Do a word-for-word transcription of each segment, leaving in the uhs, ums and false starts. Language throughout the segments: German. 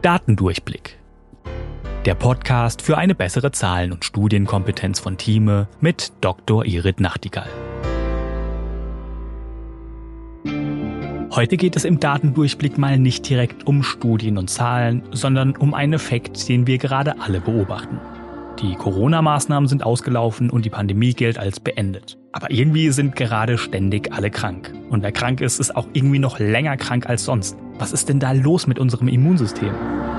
Datendurchblick. Der Podcast für eine bessere Zahlen- und Studienkompetenz von Thieme mit Doktor Irit Nachtigall. Heute geht es im Datendurchblick mal nicht direkt um Studien und Zahlen, sondern um einen Effekt, den wir gerade alle beobachten. Die Corona-Maßnahmen sind ausgelaufen und die Pandemie gilt als beendet. Aber irgendwie sind gerade ständig alle krank. Und wer krank ist, ist auch irgendwie noch länger krank als sonst. Was ist denn da los mit unserem Immunsystem?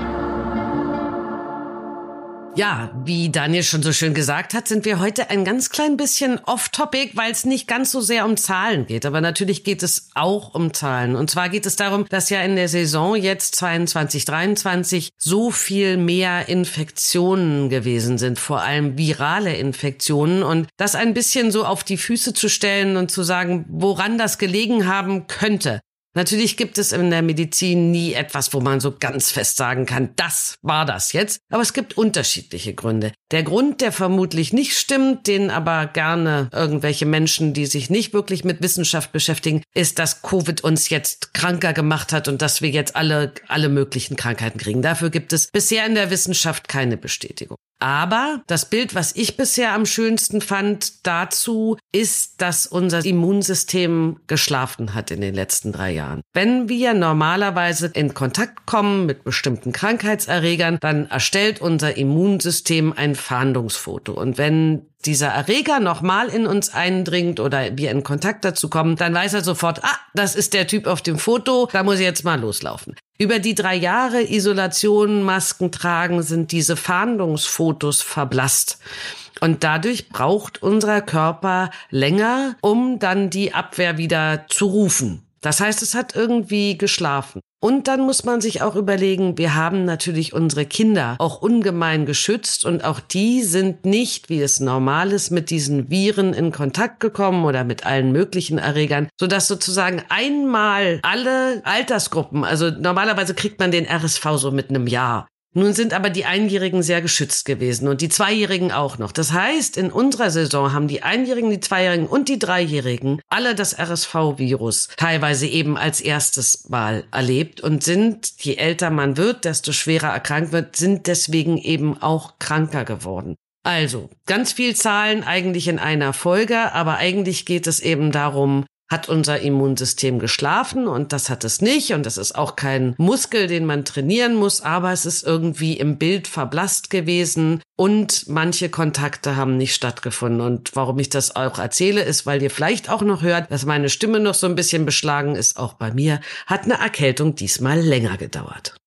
Ja, wie Daniel schon so schön gesagt hat, sind wir heute ein ganz klein bisschen off-topic, weil es nicht ganz so sehr um Zahlen geht. Aber natürlich geht es auch um Zahlen. Und zwar geht es darum, dass ja in der Saison jetzt zweiundzwanzig dreiundzwanzig so viel mehr Infektionen gewesen sind, vor allem virale Infektionen. Und das ein bisschen so auf die Füße zu stellen und zu sagen, woran das gelegen haben könnte. Natürlich gibt es in der Medizin nie etwas, wo man so ganz fest sagen kann, das war das jetzt. Aber es gibt unterschiedliche Gründe. Der Grund, der vermutlich nicht stimmt, den aber gerne irgendwelche Menschen, die sich nicht wirklich mit Wissenschaft beschäftigen, ist, dass Covid uns jetzt kranker gemacht hat und dass wir jetzt alle, alle möglichen Krankheiten kriegen. Dafür gibt es bisher in der Wissenschaft keine Bestätigung. Aber das Bild, was ich bisher am schönsten fand dazu, ist, dass unser Immunsystem geschlafen hat in den letzten drei Jahren. Wenn wir normalerweise in Kontakt kommen mit bestimmten Krankheitserregern, dann erstellt unser Immunsystem ein Fahndungsfoto. Und wenn dieser Erreger nochmal in uns eindringt oder wir in Kontakt dazu kommen, dann weiß er sofort, ah, das ist der Typ auf dem Foto, da muss ich jetzt mal loslaufen. Über die drei Jahre Isolation, Masken tragen, sind diese Fahndungsfotos verblasst. Und dadurch braucht unser Körper länger, um dann die Abwehr wieder zu rufen. Das heißt, es hat irgendwie geschlafen. Und dann muss man sich auch überlegen, wir haben natürlich unsere Kinder auch ungemein geschützt und auch die sind nicht, wie es normal ist, mit diesen Viren in Kontakt gekommen oder mit allen möglichen Erregern, sodass sozusagen einmal alle Altersgruppen, also normalerweise kriegt man den R S V so mit einem Jahr. Nun sind aber die Einjährigen sehr geschützt gewesen und die Zweijährigen auch noch. Das heißt, in unserer Saison haben die Einjährigen, die Zweijährigen und die Dreijährigen alle das R S V-Virus teilweise eben als erstes Mal erlebt und sind, je älter man wird, desto schwerer erkrankt wird, sind deswegen eben auch kranker geworden. Also, ganz viel Zahlen eigentlich in einer Folge, aber eigentlich geht es eben darum, hat unser Immunsystem geschlafen und das hat es nicht und das ist auch kein Muskel, den man trainieren muss, aber es ist irgendwie im Bild verblasst gewesen und manche Kontakte haben nicht stattgefunden. Und warum ich das auch erzähle, ist, weil ihr vielleicht auch noch hört, dass meine Stimme noch so ein bisschen beschlagen ist, auch bei mir, hat eine Erkältung diesmal länger gedauert.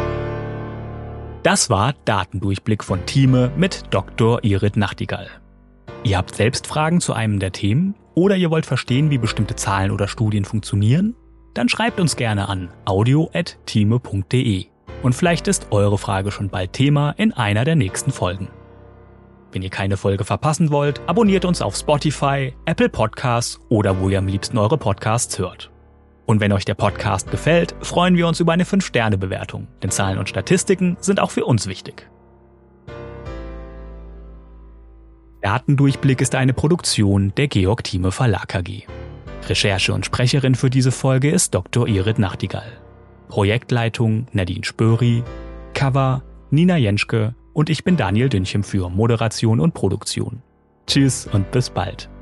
Das war Datendurchblick von Thieme mit Doktor Irit Nachtigall. Ihr habt selbst Fragen zu einem der Themen? Oder ihr wollt verstehen, wie bestimmte Zahlen oder Studien funktionieren? Dann schreibt uns gerne an audio at thieme punkt de. Und vielleicht ist eure Frage schon bald Thema in einer der nächsten Folgen. Wenn ihr keine Folge verpassen wollt, abonniert uns auf Spotify, Apple Podcasts oder wo ihr am liebsten eure Podcasts hört. Und wenn euch der Podcast gefällt, freuen wir uns über eine fünf Sterne Bewertung, denn Zahlen und Statistiken sind auch für uns wichtig. Datendurchblick ist eine Produktion der Georg Thieme Verlag A G. Recherche und Sprecherin für diese Folge ist Doktor Irit Nachtigall. Projektleitung Nadine Spöri, Cover Nina Jenschke und ich bin Daniel Dünchem für Moderation und Produktion. Tschüss und bis bald.